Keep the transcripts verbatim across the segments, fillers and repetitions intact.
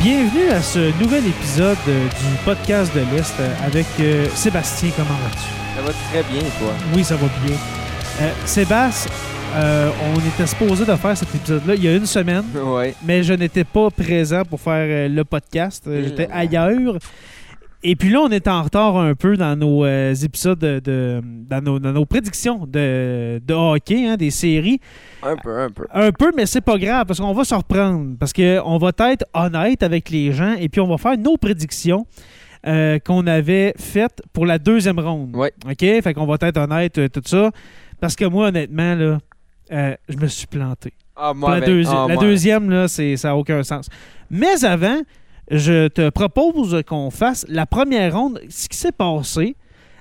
Bienvenue à ce nouvel épisode euh, du podcast de l'Est euh, avec euh, Sébastien. Comment vas-tu? Ça va très bien, toi? Oui, ça va bien. Euh, Sébastien, euh, on était supposé de faire cet épisode-là il y a une semaine, Oui. mais je n'étais pas présent pour faire euh, le podcast. Euh, J'étais ailleurs. Et puis là, on est en retard un peu dans nos euh, épisodes, de, de- dans, nos, dans nos prédictions de, de hockey, hein, des séries. Un peu, un peu. Un peu, mais c'est pas grave parce qu'on va se reprendre. Parce qu'on va être honnête avec les gens et puis on va faire nos prédictions euh, qu'on avait faites pour la deuxième ronde. Oui. OK? Fait qu'on va être honnête, euh, tout ça. Parce que moi, honnêtement, là, euh, je me suis planté. Ah, Pour moi, la, avec- deuxi- ah, la moi- deuxième, là, c'est, ça n'a aucun sens. Mais avant, je te propose qu'on fasse la première ronde, ce qui s'est passé,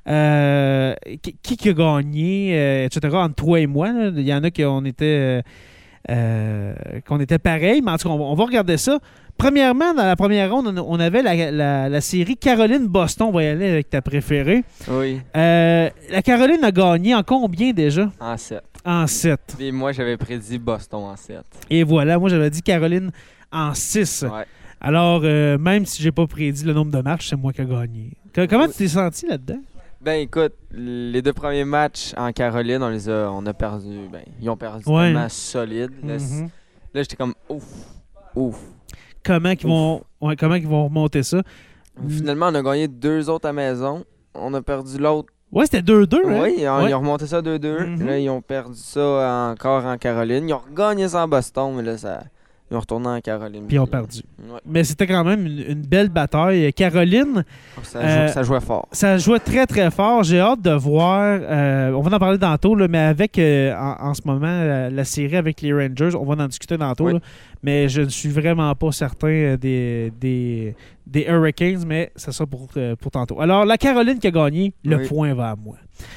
euh, qui, qui a gagné, euh, et cetera, entre toi et moi. Là. Il y en a qui on était, euh, euh, qu'on était pareil, mais en tout cas, on va, on va regarder ça. Premièrement, dans la première ronde, on, on avait la, la- la série Caroline-Boston. On va y aller avec ta préférée. Oui, Euh, la Caroline a gagné en combien déjà? en sept. En sept. Puis moi, j'avais prédit Boston en sept. Et voilà, moi j'avais dit Caroline en six. Ouais. Alors, euh, même si j'ai pas prédit le nombre de matchs, c'est moi qui ai gagné. Que- comment tu t'es senti là-dedans? Ben écoute, les deux premiers matchs en Caroline, on les a, on a perdu. Ben, ils ont perdu Ouais. tellement solide. Là, c- Mhm. là, j'étais comme ouf, ouf. Comment ils vont, ouais, comment ils vont remonter ça? Finalement, on a gagné deux autres à maison. On a perdu l'autre. Ouais, c'était deux deux. Hein? Oui, ils ont, Ouais. ils ont remonté ça deux deux. Mhm. Là, ils ont perdu ça encore en Caroline. Ils ont regagné ça en Boston, mais là, ça, ils ont retourné en Caroline. Puis ils ont perdu. Ouais. Mais c'était quand même une, une belle bataille. Caroline, Ça, Euh, joue- ça jouait fort. ça jouait très très fort. J'ai hâte de voir. euh, on va en parler tantôt, là, mais avec euh, en, en ce moment la, la série avec les Rangers, on va en discuter tantôt. Oui. Là, mais je ne suis vraiment pas certain euh, des, des, des Hurricanes, mais ça sera pour, euh, pour tantôt. Alors, la Caroline qui a gagné, le Oui. point va à moi.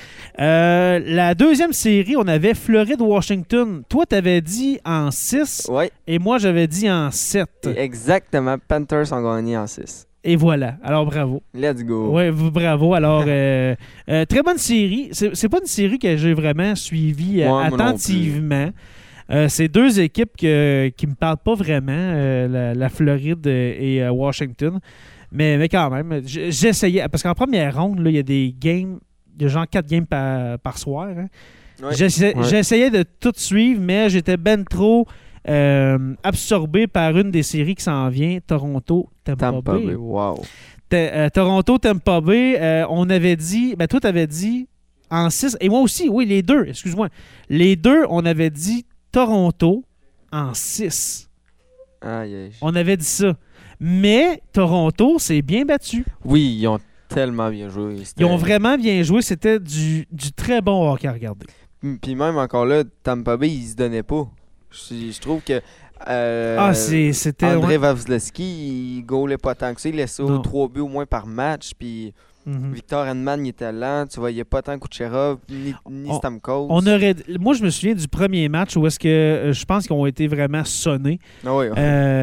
Euh, la deuxième série, on avait Floride-Washington. Toi, tu avais dit en six Oui, et moi, j'avais dit en sept. exactement. Panthers ont gagné en six. Et voilà. Alors, bravo. Let's go. Oui, bravo. Alors, euh, euh, très bonne série. C'est, c'est pas une série que j'ai vraiment suivie euh, Ouais, moi non attentivement. Euh, c'est deux équipes que, qui me parlent pas vraiment, euh, la, la Floride et euh, Washington. Mais, mais quand même, j- j'essayais. Parce qu'en première ronde, là, il y a des games, il y a genre quatre games par, par soir. Hein. Ouais. J'essa- Ouais. J'essayais de tout suivre, mais j'étais ben trop euh, absorbé par une des séries qui s'en vient, Toronto-Tampa Tampa Bay. Bay, wow. T- euh, Toronto, Tampa Bay, euh, on avait dit, ben toi, tu avais dit en six, et moi aussi, oui, les deux, excuse-moi. Les deux, on avait dit Toronto en six. Aïe, aïe. On avait dit ça. Mais Toronto s'est bien battu. Oui, ils ont tellement bien joué. C'était- Ils ont vraiment bien joué. C'était du, du très bon hockey à regarder. Puis même encore là, Tampa Bay, ils se donnaient pas. Je, je trouve que euh, ah, c'est- c'était... André ouais. Vasilevski, il goalait pas tant que ça. Il laissait Non. trois buts au moins par match. Puis Mhm. Victor Hedman, il était lent. Tu voyais pas tant Kucherov, ni, ni On- Stamkos. On aurait... Moi, je me souviens du premier match où est-ce que euh, je pense qu'ils ont été vraiment sonnés. Ah oui,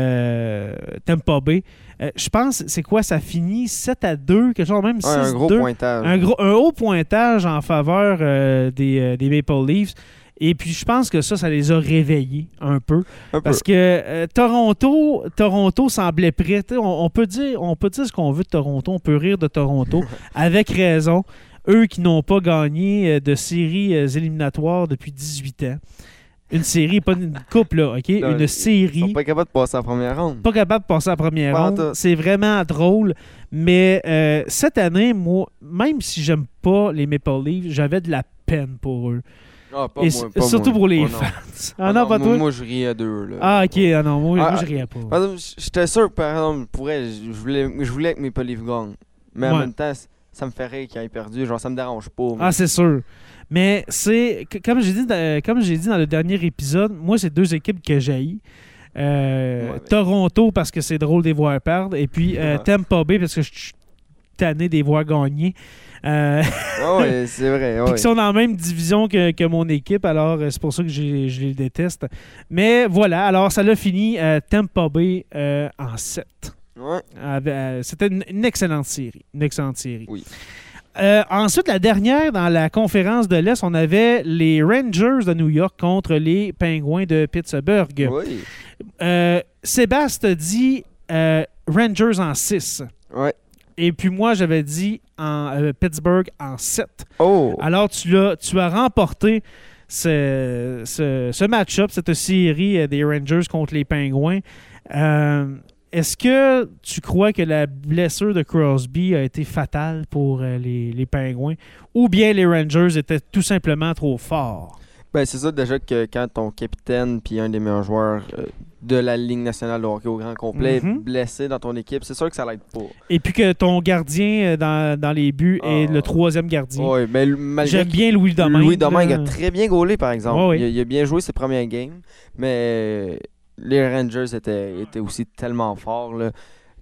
Euh, Tampa Bay. Euh, je pense, c'est quoi, ça finit sept à deux, quelque chose, même ouais, un gros six deux. pointage. Un, gros, un haut pointage en faveur euh, des, euh, des Maple Leafs. Et puis, je pense que ça, ça les a réveillés un peu. Un peu. Parce que euh, Toronto, Toronto semblait prêt. Tu sais, On, on peut dire, on peut dire ce qu'on veut de Toronto. On peut rire de Toronto avec raison. Eux qui n'ont pas gagné euh, de séries euh, éliminatoires depuis dix-huit ans. Une série, pas une coupe, là, OK? Non, Une Ils série. sont pas capables de passer en première ronde. Pas capable de passer à la première Pas en ronde. tout. C'est vraiment drôle. Mais euh, cette année, moi, même si j'aime pas les Maple Leafs, j'avais de la peine pour eux. Ah, pas Et moi, s- pas surtout moi. pour les Oh, non. fans. Ah Ah non, pas moi, toi? moi, je riais d'eux. Là. Ah, OK. Ah non, moi, Ah, moi je riais pas. Par exemple, j- j'étais sûr que, par exemple, pour elle, je voulais, je voulais que mes Leafs gagnent. Mais en Ouais. même temps, c- ça me ferait qu'ils aient perdu. Genre, ça me dérange pas. mais- Ah, c'est sûr. Mais c'est... que- Comme j'ai dit, dans- comme j'ai dit dans le dernier épisode, moi, c'est deux équipes que j'haïs. Euh, Ouais, mais- Toronto, parce que c'est drôle de les voir perdre. Et puis euh, Ouais. Tampa Bay, parce que je suis tanné de les voir gagner. Euh, Ah ouais, c'est vrai. Puis Ouais. qui sont dans la même division que, que mon équipe, alors euh, c'est pour ça que j'ai- je les déteste. Mais voilà, alors ça l'a fini euh, Tampa Bay euh, en sept. Ouais. Euh, C'était une, une excellente série. Une excellente série. Oui. Euh, ensuite, la dernière, dans la conférence de l'Est, on avait les Rangers de New York contre les Penguins de Pittsburgh. Oui. Euh, Sébastien dit euh, Rangers en six. Ouais. Et puis moi, j'avais dit en, euh, Pittsburgh en sept. Oh! Alors, tu, l'as, tu as remporté ce, ce, ce match-up, cette série euh, des Rangers contre les Pingouins. Euh, est-ce que tu crois que la blessure de Crosby a été fatale pour euh, les, les Pingouins ou bien les Rangers étaient tout simplement trop forts? Ben, c'est ça déjà que quand ton capitaine puis un des meilleurs joueurs euh, de la Ligue nationale de hockey au grand complet Mm-hmm. est blessé dans ton équipe, c'est sûr que ça l'aide pas. Et puis que ton gardien euh, dans, dans les buts est Ah. le troisième gardien. Ouais, mais malgré J'aime bien Louis Domingue. Louis Domingue là. a très bien gaulé, par exemple. Ouais, ouais. Il, a, il a bien joué ses premières games, mais les Rangers étaient, étaient aussi tellement forts. Là.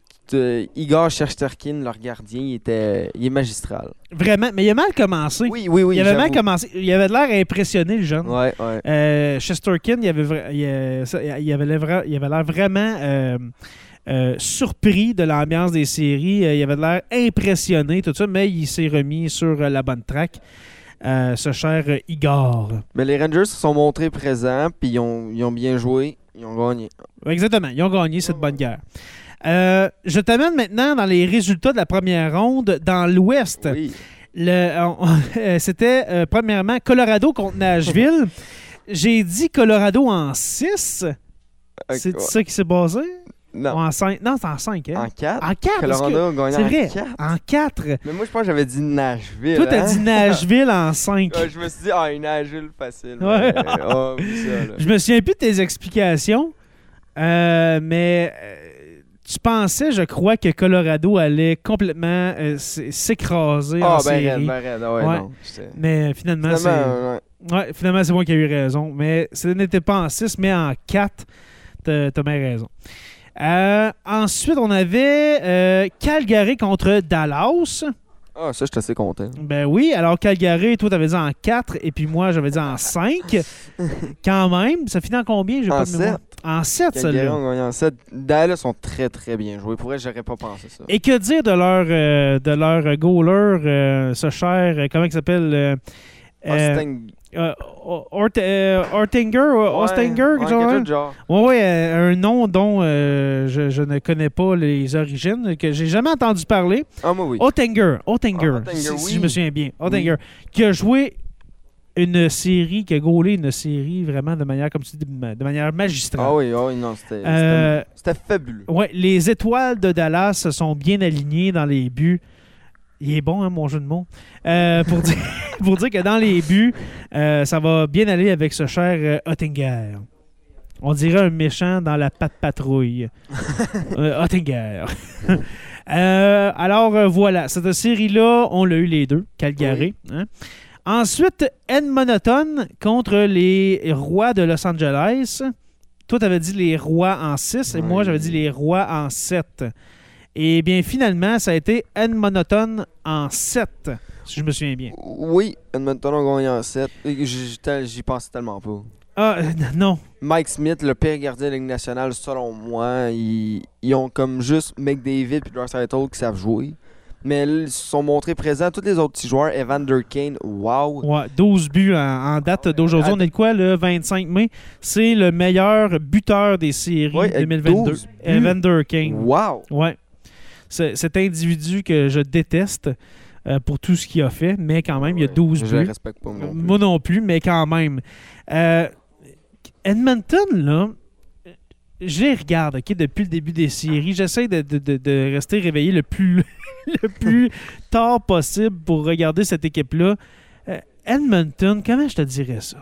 De- Igor Shesterkin, leur gardien, il, était, il est magistral. Vraiment, mais il a mal commencé. Oui, oui, oui. il avait mal j'avoue. commencé. Il avait l'air impressionné, le jeune. Ouais, ouais. Euh, Shesterkin, il avait, vra- il, euh, ça- il avait l'air vra- il avait l'air vraiment euh, euh, surpris de l'ambiance des séries. Euh, il avait l'air impressionné, tout ça, mais il s'est remis sur euh, la bonne track. Euh, ce cher euh, Igor. Mais les Rangers se sont montrés présents, puis ils ont, ils ont bien joué, ils ont gagné. Exactement, ils ont gagné cette bonne guerre. Euh, je t'amène maintenant dans les résultats de la première ronde dans l'Ouest. Oui. Le, on- euh, c'était euh, premièrement Colorado contre Nashville. J'ai dit Colorado en six. C'est Ok, ça qui s'est basé? Ou Non. en cinq? Non, c'est en cinq. Hein? En quatre. En quatre. parce que- Colorado a gagné C'est en vrai. quatre. En quatre. Mais moi, je pense que j'avais dit Nashville. Toi, t'as hein? dit Nashville en cinq. Euh, je me suis dit, ah, une Nashville facile. Ouais. Mais, ah, oui, ça, là. Je me souviens plus de tes explications, euh, mais euh, tu pensais, je crois, que Colorado allait complètement euh, s- s'écraser Ah, en ben raide, série. ben raide. Ah ouais, Ouais. non. j'étais- Mais finalement, c'est... Finalement, ouais. Ouais, finalement, c'est moi qui ai eu raison. Mais ce n'était pas en six, mais en quatre. T'as, t'as bien raison. Euh, ensuite, on avait euh, Calgary contre Dallas. Ah, ça, je suis assez content. Ben oui, alors Calgary, toi, t'avais dit en quatre, et puis moi, j'avais dit en cinq. Quand même, ça finit en combien? J'ai En pas de mémoire. sept. En sept, Calgary celle-là. ont gagné en sept. Dallas sont très, très bien joués. Pour vrai, j'aurais pas pensé ça. Et que dire de leur, euh, de leur goaler, euh, ce cher, euh, comment il s'appelle? euh, euh, Austin- euh, Ort- euh, Ortinger? ou Ostinger? Ouais, quelque chose quelque de chose de genre. Oui, oui, un nom dont euh, je, je ne connais pas les origines, que j'ai jamais entendu parler. Ah, moi, oui. Ottinger, Ottinger, Ah, Ottinger, si, oui. si je me souviens bien. Ottinger, qui a joué une série, qui a gaulé une série vraiment de manière, comme tu dis, de de manière magistrale. Ah oui, ah oui, non, c'était Euh, c'était- c'était fabuleux. Ouais, les étoiles de Dallas se sont bien alignées dans les buts. Il est bon, hein, mon jeu de mots. Euh, pour, dire, pour dire que dans les buts, euh, ça va bien aller avec ce cher euh, Ottinger. On dirait un méchant dans la patte patrouille. Euh, Ottinger. Euh, alors, euh, voilà. Cette série-là, on l'a eu les deux. Calgary. Hein. Ensuite, Edmonton contre les Rois de Los Angeles. Toi, tu avais dit les Rois en six et Ouais. moi, j'avais dit les Rois en sept. Et bien, finalement, ça a été Edmonton en sept, si je me souviens bien. Oui, Edmonton a gagné en sept. Et J'y j'y pensais tellement pas. Ah, euh, non. Mike Smith, le pire gardien de la Ligue nationale, selon moi, ils, ils ont comme juste McDavid et Draisaitl qui savent jouer. Mais là, ils se sont montrés présents. Tous les autres petits joueurs, Evander Kane, wow. Ouais, douze buts en, en date d'aujourd'hui. On est de quoi, le vingt-cinq mai? C'est le meilleur buteur des séries Ouais, avec deux mille vingt-deux. douze buts. Evander Kane. Wow. Ouais. C'est, cet individu que je déteste euh, pour tout ce qu'il a fait, mais quand même, il y a douze Je le buts. respecte pas, moi non plus. Moi non plus, mais quand même. Euh, Edmonton, là, je les regarde, OK, depuis le début des séries. J'essaie de, de- de- de rester réveillé le plus, le plus tard possible pour regarder cette équipe-là. Euh, Edmonton, comment je te dirais ça?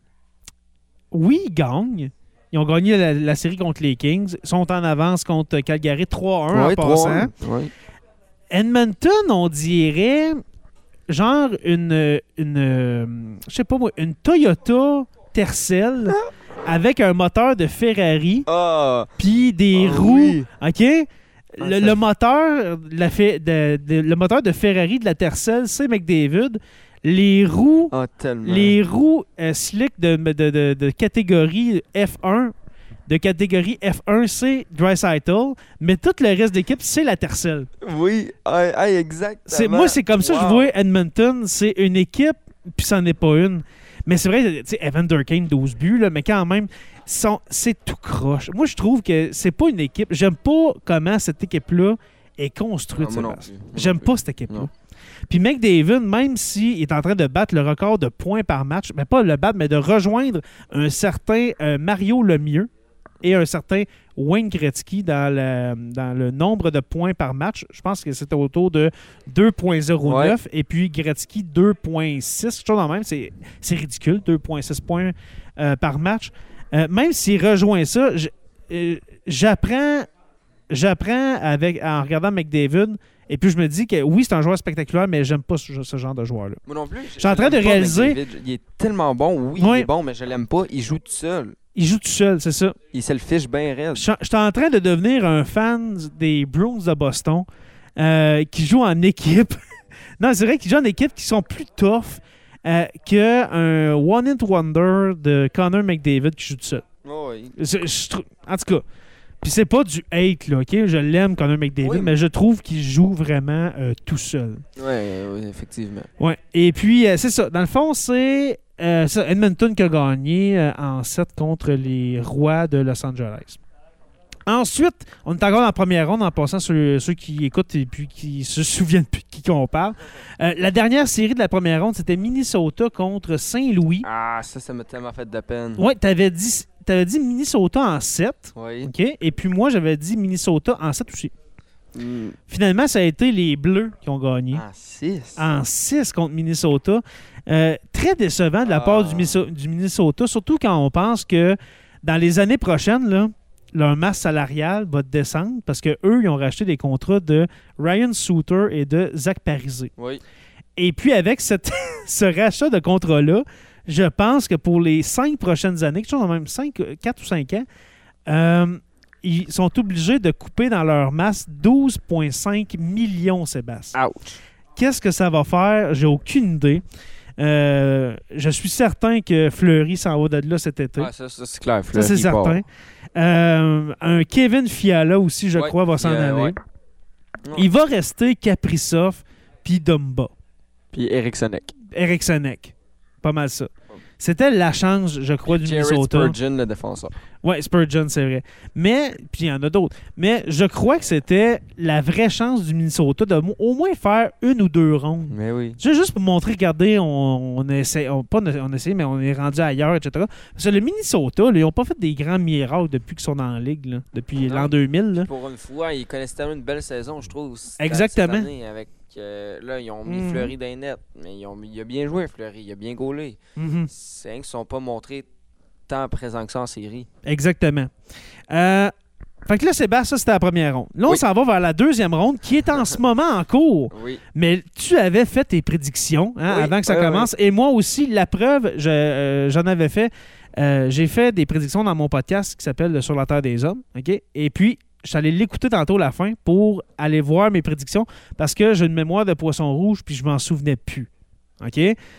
Oui, ils gagnent. Ils ont gagné la, la série contre les Kings. Ils sont en avance contre Calgary trois un Ouais, en passant. trois un. Ouais. Edmonton, on dirait genre une, une euh, je sais pas moi, une Toyota Tercel avec un moteur de Ferrari Ah! puis des Ah roues, oui. OK? Le, Ah, ça- le moteur de la fe- de- de- le moteur de Ferrari de la Tercel, c'est McDavid. Les roues Ah, tellement. les roues euh, slick de, de, de- de catégorie F un, de catégorie F un, c'est Draisaitl, mais tout le reste d'équipe, c'est la Tercel. Oui, ah, ah, exactement. C'est, moi, c'est comme ça que je Wow. vois Edmonton. C'est une équipe, puis c'en est pas une. Mais c'est vrai, tu sais, Evander Kane, douze buts, là, mais quand même, sont, c'est tout croche. Moi, je trouve que c'est pas une équipe. J'aime pas comment cette équipe-là est construite. Non, moi non Sébastien. plus. Moi J'aime non plus. pas cette équipe-là. Non. Puis McDavid, même s'il est en train de battre le record de points par match, mais pas le battre, mais de rejoindre un certain euh, Mario Lemieux et un certain Wayne Gretzky dans le, dans le nombre de points par match. Je pense que c'était autour de deux virgule zéro neuf ouais. Et puis Gretzky deux virgule six, quelque chose dans le même. C'est, c'est ridicule, deux virgule six points euh, par match. Euh, même s'il rejoint ça, j- euh, j'apprends, j'apprends avec, en regardant McDavid. Et puis, je me dis que oui, c'est un joueur spectaculaire, mais j'aime pas ce, ce genre de joueur-là. Moi non plus. Je suis en train de réaliser... McDavid. Il est tellement bon. Oui, oui. il est bon, mais je l'aime pas. Il joue tout seul. Il joue tout seul, c'est ça. Il se le fiche bien raide. Je suis en train de devenir un fan des Bruins de Boston euh, qui jouent en équipe. Non, c'est vrai qu'ils jouent en équipe qui sont plus tough euh, qu'un one-hit wonder de Connor McDavid qui joue tout seul. Oh, oui. Je, je, en tout cas... Puis c'est pas du hate, là, OK? Je l'aime, Connor McDavid, oui, mais... mais je trouve qu'il joue vraiment euh, tout seul. Oui, ouais, effectivement. Ouais. Et puis, euh, c'est ça. Dans le fond, c'est euh, ça, Edmonton qui a gagné euh, en sept contre les Rois de Los Angeles. Ensuite, on est encore dans la première ronde en passant sur ceux qui écoutent et puis qui se souviennent plus de qui on parle. Euh, la dernière série de la première ronde, c'était Minnesota contre Saint-Louis. Ah, ça, ça m'a tellement fait de peine. Oui, t'avais dit... Tu avais dit Minnesota en sept. Oui. OK? Et puis moi, j'avais dit Minnesota en sept aussi. Mm. Finalement, ça a été les Bleus qui ont gagné. En six. En six contre Minnesota. Euh, très décevant de la ah. part du, du Minnesota, surtout quand on pense que dans les années prochaines, là, leur masse salariale va descendre parce qu'eux, ils ont racheté des contrats de Ryan Suter et de Zach Parise. Oui. Et puis, avec cette, ce rachat de contrat-là, je pense que pour les cinq prochaines années, quelque chose même cinq, quatre ou cinq ans, euh, ils sont obligés de couper dans leur masse douze virgule cinq millions, Sébastien. Ouch. Qu'est-ce que ça va faire? J'ai aucune idée. Euh, je suis certain que Fleury s'en va de là cet été. Ah, ça, ça c'est clair. Fleury, ça, c'est certain. Euh, un Kevin Fiala aussi, je ouais, crois, va s'en euh, aller. Ouais. Il va rester Kaprizov puis Dumba. Puis Eriksenek. Eriksenek. Pas mal ça. C'était la chance, je crois, du Jared Minnesota. Spurgeon, le défenseur. Oui, Spurgeon, c'est vrai. Mais, puis il y en a d'autres. Mais je crois que c'était la vraie chance du Minnesota de au moins faire une ou deux rondes. Mais oui. Juste pour montrer, regardez, on, on essaie, on, pas on essaie, mais on est rendu ailleurs, et cetera. Parce que le Minnesota, là, ils n'ont pas fait des grands miracles depuis qu'ils sont dans la ligue, là, depuis non, l'an deux mille. Là. Pour une fois, ils connaissent tellement une belle saison, je trouve. Exactement. Cette année, avec, euh, là, ils ont mis mm. Fleury dans les nets. Mais ils ont, il a bien joué, Fleury. Il a bien gaulé. Mm-hmm. C'est rien qu'ils ne sont pas montrés tant présents que ça en série. Exactement. Euh, fait que là, Sébastien, ça, c'était la première ronde. Là, on oui. s'en va vers la deuxième ronde qui est en ce moment en cours. Oui. Mais tu avais fait tes prédictions hein, oui. avant que ça oui, commence. Oui. Et moi aussi, la preuve, je, euh, j'en avais fait. Euh, j'ai fait des prédictions dans mon podcast qui s'appelle Sur la Terre des Hommes. Okay? Et puis, je suis allé l'écouter tantôt à la fin pour aller voir mes prédictions parce que j'ai une mémoire de poisson rouge puis je m'en souvenais plus. OK?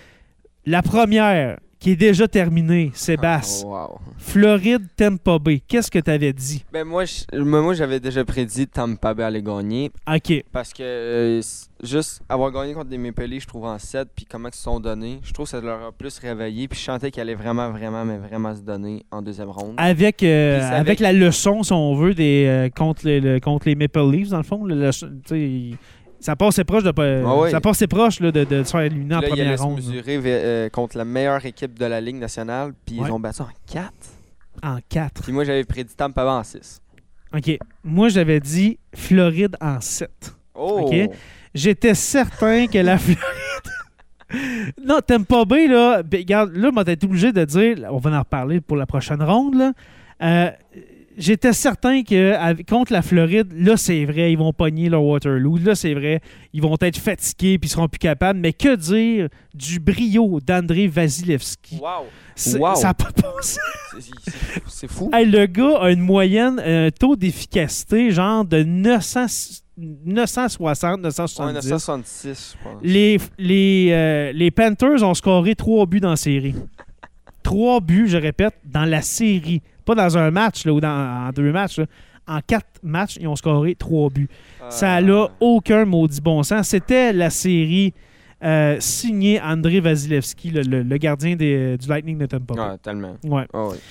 La première qui est déjà terminée, Sébastien. Oh, wow. Floride, Tampa Bay. Qu'est-ce que tu avais dit? Ben moi, je, moi, j'avais déjà prédit Tampa Bay allait gagner. OK. Parce que euh, juste avoir gagné contre les Maple Leafs, je trouve en sept, puis comment ils se sont donnés, je trouve que ça leur a plus réveillé. Puis je sentais qu'ils allaient vraiment, vraiment, mais vraiment se donner en deuxième ronde. Avec, euh, avec, avec la leçon, si on veut, des, euh, contre, les, le, contre les Maple Leafs, dans le fond. Le, le, Ça passe proche de ah oui. ça passe proche là, de, de se faire éliminer en première ronde. Ils allaient se mesurer euh, contre la meilleure équipe de la Ligue nationale, puis ouais. ils ont battu en quatre. En quatre. Puis moi, j'avais prédit Tampa Bay en six. OK. Moi, j'avais dit Floride en sept. Oh! OK. J'étais certain que la Floride... non, Tampa Bay, là, regarde, là, on va être obligé de dire, on va en reparler pour la prochaine ronde, là. Euh, J'étais certain que contre la Floride, là, c'est vrai, ils vont pogner leur Waterloo. Là, c'est vrai, ils vont être fatigués puis ils seront plus capables. Mais que dire du brio d'André Vasilevski? Wow! C'est, wow. Ça n'a pas passé. C'est, c'est fou. Hey, le gars a une moyenne, un taux d'efficacité genre de neuf cents, neuf cent soixante, neuf cent soixante-dix. Ouais, neuf cent soixante-six, je pense. Les, les, euh, les Panthers ont scoré trois buts dans la série. Trois buts, je répète, dans la série. Pas dans un match là, ou dans, en deux matchs. Là. En quatre matchs, ils ont scoré trois buts. Euh... Ça n'a aucun maudit bon sens. C'était la série euh, signée André Vasilevski, le, le, le gardien des, du Lightning de Tampa Bay. Ah, tellement. Ouais. Oh, oui.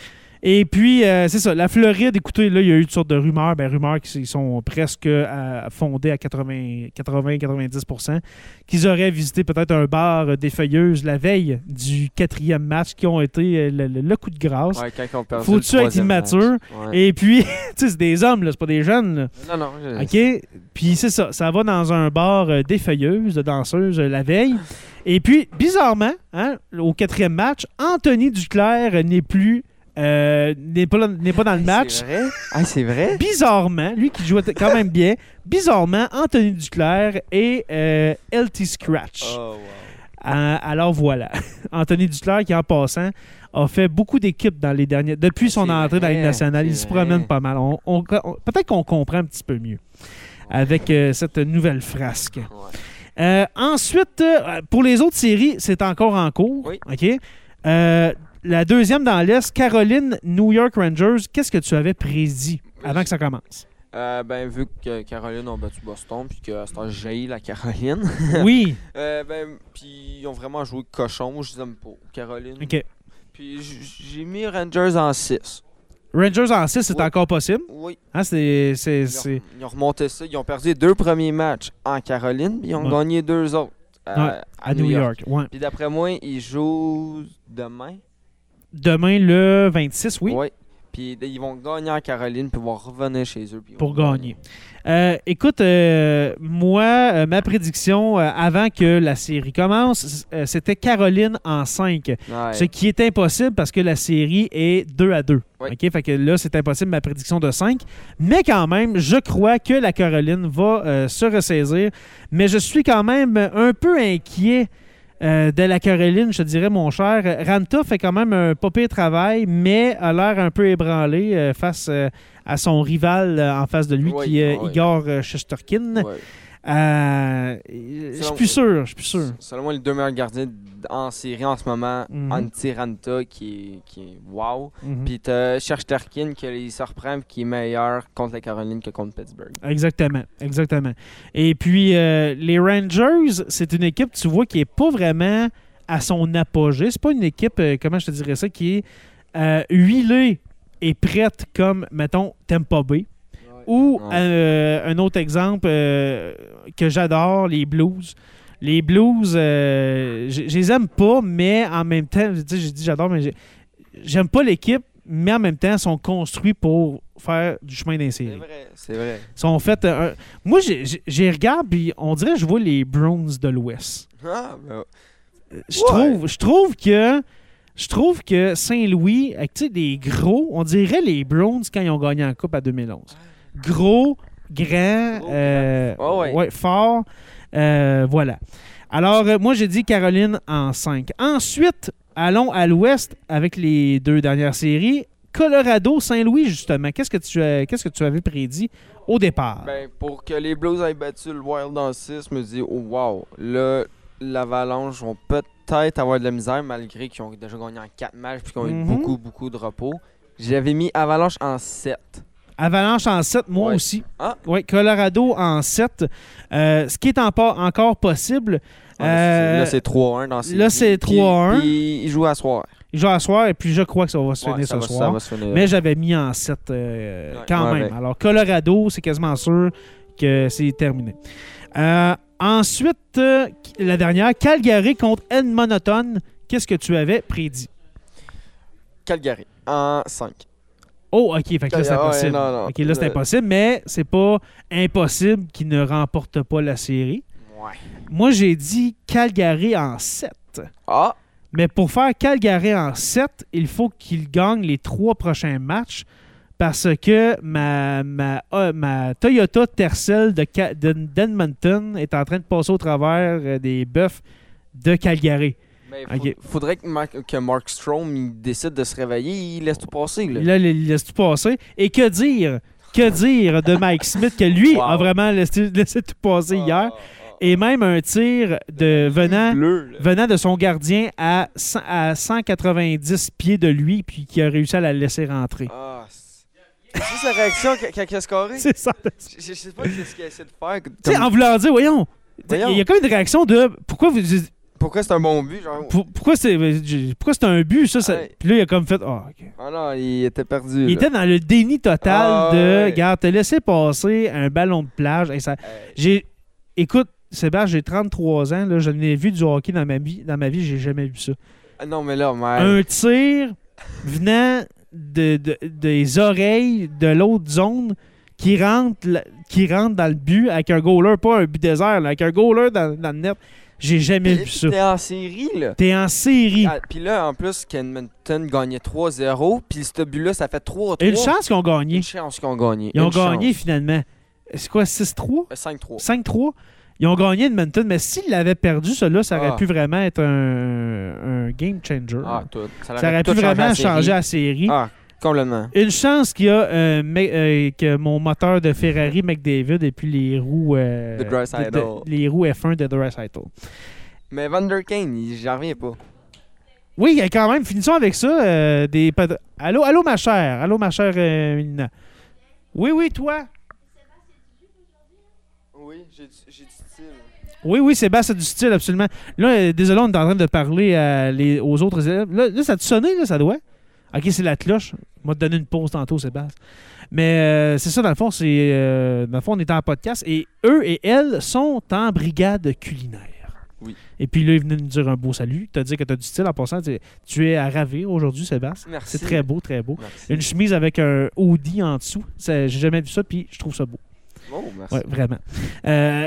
Et puis, euh, c'est ça, la Floride, écoutez, là, il y a eu toutes sortes de rumeurs, ben, rumeurs qui sont presque à, fondées à quatre-vingts à quatre-vingt-dix pour cent, qu'ils auraient visité peut-être un bar des Feuilleuses la veille du quatrième match, qui ont été le, le, le coup de grâce. Ouais, quand ils ont perdu Faut-tu être immature? Ouais. Et puis, tu sais, c'est des hommes, là, c'est pas des jeunes. Là. Non, non. Je... OK? Puis c'est ça, ça va dans un bar euh, des Feuilleuses, de danseuses, euh, la veille. Et puis, bizarrement, hein, au quatrième match, Anthony Duclair n'est plus... Euh, n'est, pas, n'est pas dans le match. C'est vrai? Ah, c'est vrai? Bizarrement, lui qui jouait quand même bien, bizarrement, Anthony Duclair est euh, L T Scratch. Oh, wow. Euh, alors voilà. Anthony Duclair qui, en passant, a fait beaucoup d'équipes dans les derniers... Depuis son c'est entrée vrai, dans la Ligue nationale, il se vrai. promène pas mal. On, on, on, peut-être qu'on comprend un petit peu mieux avec euh, cette nouvelle frasque. Ouais. Euh, ensuite, euh, pour les autres séries, c'est encore en cours. Oui. OK? Euh, la deuxième dans l'Est, Caroline, New York Rangers. Qu'est-ce que tu avais prédit avant que ça commence? Euh, ben, vu que Caroline a battu Boston, puis que c'est un j'ai la Caroline. Oui. euh, ben, puis ils ont vraiment joué cochon. Je les aime pas, Caroline. OK. Puis j'ai mis Rangers en six. Rangers en six, c'est Oui. encore possible. Oui. Hein, c'est, c'est, Ils c'est... ont, ils ont remonté ça. Ils ont perdu les deux premiers matchs en Caroline, puis ils ont Ouais. gagné deux autres à, Ouais, à à New York. Ouais. Puis d'après moi, ils jouent demain. Demain, le vingt-six, oui. Ouais. Puis ils vont gagner en Caroline, puis ils vont revenir chez eux. Puis ils Pour vont gagner. Euh, écoute, euh, moi, euh, ma prédiction euh, avant que la série commence, euh, c'était Caroline en cinq. Ouais. Ce qui est impossible parce que la série est deux à deux. Oui. OK? Fait que là, c'est impossible ma prédiction de cinq. Mais quand même, je crois que la Caroline va euh, se ressaisir. Mais je suis quand même un peu inquiet euh, de la Caroline, je te dirais, mon cher. Ranta fait quand même un pas pire travail, mais a l'air un peu ébranlé euh, face euh, à son rival euh, en face de lui, Oui, qui est oui. Igor euh, Shesterkin. Ouais. Euh, je suis Selon- plus sûr, je suis plus sûr. Selon moi, les deux meilleurs gardiens en série en ce moment, Mhm. Antti Ranta qui est, qui est wow. Mhm. Puis t'as Shesterkin qui se reprend qui est meilleur contre la Caroline que contre Pittsburgh. Exactement, exactement. Et puis, euh, les Rangers, c'est une équipe, tu vois, qui est pas vraiment à son apogée. C'est pas une équipe, euh, comment je te dirais ça, qui est euh, huilée et prête comme, mettons, Tampa Bay. Ou Ouais. euh, un autre exemple euh, que j'adore, les Blues. Les Blues, euh, je je les aime pas, mais en même temps, je dis, j'ai dit j'adore, mais j'ai- j'aime pas l'équipe, mais en même temps, ils sont construits pour faire du chemin C'est d'insérie. vrai, c'est vrai. Ils sont faits. euh, un- Moi, j'ai- j'ai j'ai regarde, puis on dirait que je vois les Browns de l'Ouest. Ah, ben, Je Ouais. trouve, je trouve que. Je trouve que Saint-Louis, avec tu sais, des gros, on dirait les Browns quand ils ont gagné en Coupe à deux mille onze. Gros, grand, Gros, euh, grand. Ah ouais. fort. euh, voilà. Alors, euh, moi, j'ai dit Caroline en cinq. Ensuite, allons à l'Ouest avec les deux dernières séries. Colorado, Saint-Louis, justement. Qu'est-ce que tu, as- qu'est-ce que tu avais prédit au départ? ben, pour que les Blues aient battu le Wild en six, je me dis, oh wow, là, l'Avalanche vont peut-être avoir de la misère malgré qu'ils ont déjà gagné en quatre matchs et qu'ils ont Mhm. eu beaucoup, beaucoup de repos. J'avais mis Avalanche en sept. Avalanche en sept, moi Ouais. aussi. Ah. Oui, Colorado en sept. Euh, ce qui est encore, encore possible. Ah, Euh, là, c'est trois un dans ces là, c'est trois un. Puis ils jouent à soir. Il joue à soir et puis je crois que ça va se Ouais, finir ça ce va- soir. ça va se finir. Mais j'avais mis en sept euh, Ouais. quand Ouais, même. ouais. Alors, Colorado, c'est quasiment sûr que c'est terminé. Euh, ensuite, euh, la dernière, Calgary contre Edmonton. Qu'est-ce que tu avais prédit? Calgary en cinq. Oh, OK, fait que là, c'est Ouais, impossible. non, non. OK, là, c'est Euh, impossible, mais c'est pas impossible qu'il ne remporte pas la série. Ouais. Moi, j'ai dit Calgary en sept. Ah, Mais pour faire Calgary en sept, il faut qu'il gagne les trois prochains matchs parce que ma, ma, ah, ma Toyota Tercel de, Ca- de- d'Edmonton est en train de passer au travers euh, des bœufs de Calgary. mais faut- Ok. faudrait que Mark, que Mark Strom il décide de se réveiller, il laisse tout passer. Là. Là, il laisse tout passer. Et que dire? Que dire de Mike Smith que lui Wow. a vraiment laissé, laissé tout passer hier? Ah, ah, Et même un tir de venant, bleu, là. venant de son gardien à, cent à cent quatre-vingt-dix pieds de lui, puis qui a réussi à la laisser rentrer. Ah, c'est c'est sa réaction quand quand il a scoré? C'est ça. Je, je sais pas ce qu'il essaie de faire. Tu sais, en voulant dire, voyons, Voyons. il y a comme une réaction de pourquoi vous. Pourquoi c'est un bon but? Genre... Pour- pourquoi c'est pourquoi c'est un but, ça? ça... Ouais. Puis là, il a comme fait. Ah, OK. Ah non, il était perdu. Il là. était dans le déni total Ah, de. ouais. Regarde, t'as laissé passer un ballon de plage. Et ça... Hey. J'ai. Écoute, Sébastien, j'ai trente-trois ans. Là, je n'ai vu du hockey dans ma vie. Dans ma vie, j'ai jamais vu ça. Ah non, mais là, mais... Un tir venant de, de- des oreilles de l'autre zone qui rentre, la- qui rentre dans le but avec un goaler, pas un but désert, là, avec un goaler dans, dans le net. J'ai jamais vu ça. T'es en série, là. T'es en série. Ah, puis là, en plus, Edmonton gagnait trois zéro. Puis ce but-là, ça fait trois trois. Une chance qu'ils ont gagné. Une chance qu'ils ont gagné. Ils ont Une gagné chance. finalement. C'est quoi, six trois? Euh, cinq trois. cinq trois? Ils ont gagné Edmonton, mais s'ils l'avaient perdu, cela, ça aurait Ah. pu vraiment être un, un game changer. Ah, tout. ça aurait pu tout changé vraiment la changer série. la série. Ah, complètement. Une chance qu'il y a euh, me- euh, que mon moteur de Ferrari McDavid et puis les roues euh, De Draisaitl. de- de- les roues F un de Draisaitl. Mais Vander Kane, il- j'en reviens pas. Oui, il y a quand même, finissons avec ça. euh, des pad- Allô, allô ma chère. Allô ma chère euh, Mélina. Oui, oui, toi. Oui, j'ai du style. Oui, oui, Sébastien, c'est du style, absolument. Là, euh, désolé, on est en train de parler à les- aux autres élèves. Là, là, ça a sonné, là, ça doit? OK, c'est la cloche. On va te donner une pause tantôt, Sébastien. Mais euh, c'est ça, dans le fond, c'est euh, dans le fond, on est en podcast et eux et elles sont en brigade culinaire. Oui. Et puis là, ils venaient nous dire un beau salut. Tu as dit que tu as du style en passant. Tu, tu es à ravir aujourd'hui, Sébastien. Merci. C'est très beau, très beau. Merci. Une chemise avec un hoodie en dessous. Ça, j'ai jamais vu ça, puis je trouve ça beau. Oh, merci. Ouais, vraiment. Euh,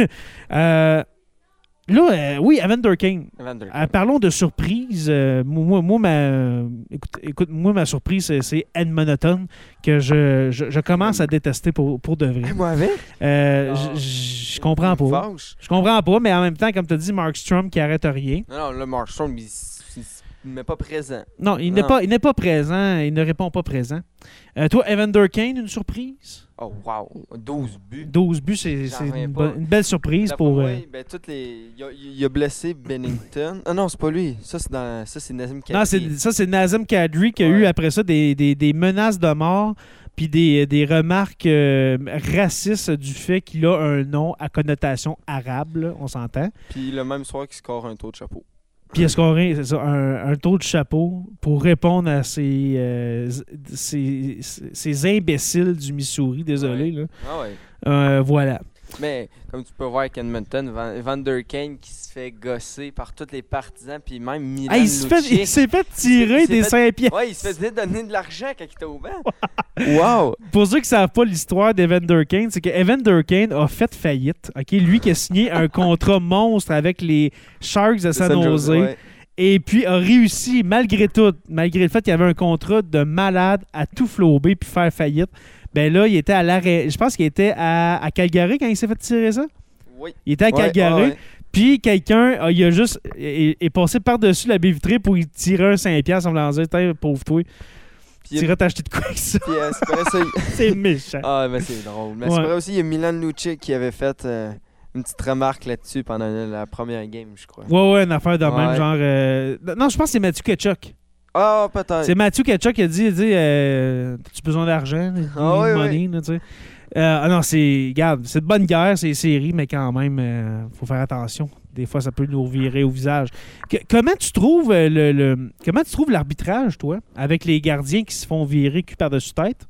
euh, là, euh, oui, Evander Kane. Vander Euh, Kane. parlons de surprise. Euh, moi, moi, ma, écoute, écoute, moi, ma surprise, c'est, c'est Edmonton, que je, je, je commence à détester pour, pour de vrai. Et moi avec? Euh, Non. je- je je comprends pas. Fâche. Je comprends pas, mais en même temps, comme tu as dit, Mark Strom qui arrête rien. Non, non, là, Markstrom, il, il, il met pas présent. Non, il n'est Non. pas, il n'est pas présent. Il ne répond pas présent. Euh, toi, Evander Kane, une surprise? Oh, wow. douze buts. douze buts, c'est, J'en c'est reviens une, pas. bonne- une belle surprise D'après pour... moi, euh, ben, toutes les... il, a, il a blessé Bennington. Ah non, c'est pas lui. Ça, c'est dans... ça, c'est Nazem Kadri. Non, c'est, ça, c'est Nazem Kadri qui a Ouais. eu après ça des, des, des menaces de mort puis des, des remarques euh, racistes du fait qu'il a un nom à connotation arabe, là, on s'entend. Puis le même soir qu'il score un taux de chapeau. Puis il a scoré c'est ça, un, un taux de chapeau pour répondre à ces, euh, ces, ces imbéciles du Missouri, désolé. Là. Ah ouais. Euh, voilà. Mais comme tu peux voir avec Edmonton, Van, Vander Kane qui se fait gosser par tous les partisans, puis même Milan Ah, il, se fait, Lucic. il s'est fait tirer Il s'est des fait- cinq pieds. Ouais, il se faisait donner de l'argent quand il était au banc. Wow! Pour ceux qui ne savent pas l'histoire d'Evander Kane, c'est qu'Evander Kane a fait faillite. Ok, lui qui a signé un contrat monstre avec les Sharks de San Jose. ouais. Et puis a réussi, malgré tout, malgré le fait qu'il y avait un contrat de malade à tout flouber puis faire faillite, ben là, il était à l'arrêt. Je pense qu'il était à, à Calgary quand il s'est fait tirer ça. Oui. Il était à Ouais, Calgary. ouais, ouais. Puis quelqu'un, a- il a juste est, est passé par-dessus la baie vitrée pour y tirer un cinq piastres en voulant dire, Tiens, pauvre toi, Puis, tu iras t'acheter de quoi avec ça? puis, euh, c'est vrai, ça, il- C'est méchant. Ah, mais c'est drôle. Mais Ouais. c'est vrai aussi, il y a Milan Lucic qui avait fait euh, une petite remarque là-dessus pendant la, la première game, je crois. Ouais, ouais, une affaire de même, Ouais. genre... euh, Non, je pense que c'est Matthew Ketchuk. Ah, peut-être. C'est Matthew Ketchuk qui a dit, il dit euh, As-tu besoin d'argent? Il dit, Ah oui, money, là, tu sais. Euh, ah non, c'est... Regarde, c'est de bonne guerre, c'est série, mais quand même, euh, faut faire attention. Des fois, ça peut nous virer au visage. Que- comment tu trouves euh, le, le- comment tu trouves l'arbitrage, toi, avec les gardiens qui se font virer cul par-dessus tête?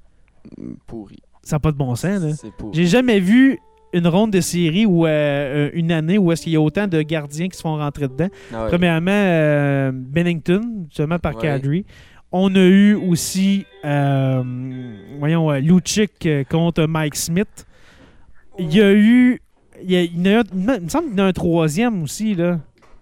Pourri. Ça n'a pas de bon sens, là. C'est pourri. J'ai jamais vu une ronde de série ou euh, une année où est-ce qu'il y a autant de gardiens qui se font rentrer dedans. Ah ouais. Premièrement, euh, Bennington, seulement par Ouais. Kadri. On a eu aussi, euh, voyons, euh, Lucic euh, contre Mike Smith. Il y a eu, il, y a, il, y en a, il me semble qu'il y en a un troisième aussi, là.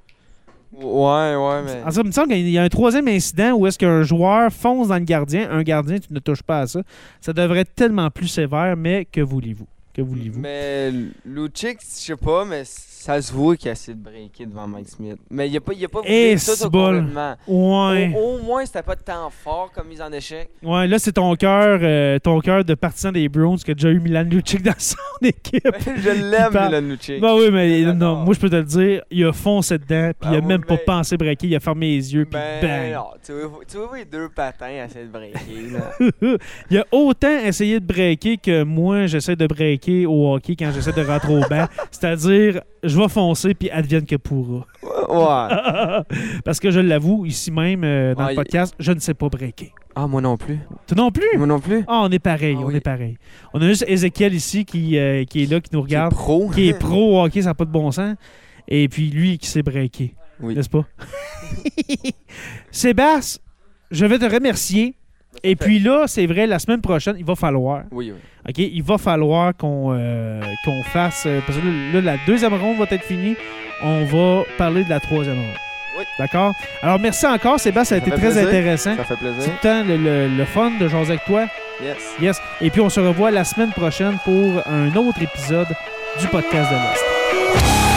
Ouais, ouais, mais. En tout cas, il me semble qu'il y a un troisième incident où est-ce qu'un joueur fonce dans le gardien, un gardien, tu ne touches pas à ça. Ça devrait être tellement plus sévère, mais que voulez-vous? Que voulez-vous? Mais Lucic, je sais pas, mais ça se voit qu'il a essayé de breaker devant Mike Smith. Mais il a pas, il a pas Eh, voulu ça c'est bol. complètement. Ouais. Au, au moins, c'était pas de temps fort comme mise en échec. Ouais, là, c'est ton cœur euh, ton cœur de partisan des Browns qui a déjà eu Milan Lucic dans son équipe. je l'aime, parle. Milan Lucic. Ben oui, mais Je non, l'adore. moi, je peux te le dire, il a foncé dedans, puis Ben il a oui, même pas mais- pensé breaker, il a fermé les yeux, puis Ben bang! non, tu vois, tu vois les deux patins à essayer de breaker, là. Il a autant essayé de breaker que moi, j'essaie de breaker breaker au hockey quand j'essaie de rentrer au banc. C'est-à-dire, je vais foncer puis advienne que pourra. Ouais. Parce que je l'avoue, ici même, euh, dans Ah, le podcast, je ne sais pas breaker. Ah, moi non plus. Toi non plus? Moi non plus. Ah, on est pareil, Ah on oui. est pareil. On a juste Ézéchiel ici qui, euh, qui est là, qui nous Qui est regarde, pro. qui est pro au hockey, ça n'a pas de bon sens. Et puis lui qui s'est breaké. Oui. N'est-ce pas? Sébastien, je vais te remercier. Et puis là, c'est vrai, la semaine prochaine, il va falloir. Oui, oui. OK, il va falloir qu'on euh, qu'on fasse. euh, parce que là, la deuxième ronde va être finie. On va parler de la troisième ronde. Oui. D'accord? Alors, merci encore, Sébastien. Ça a Ça été fait très plaisir. intéressant. Ça fait C'est plaisir. tout le temps le, le- le fun de jaser avec toi. Yes. Yes. Et puis, on se revoit la semaine prochaine pour un autre épisode du podcast de l'Est.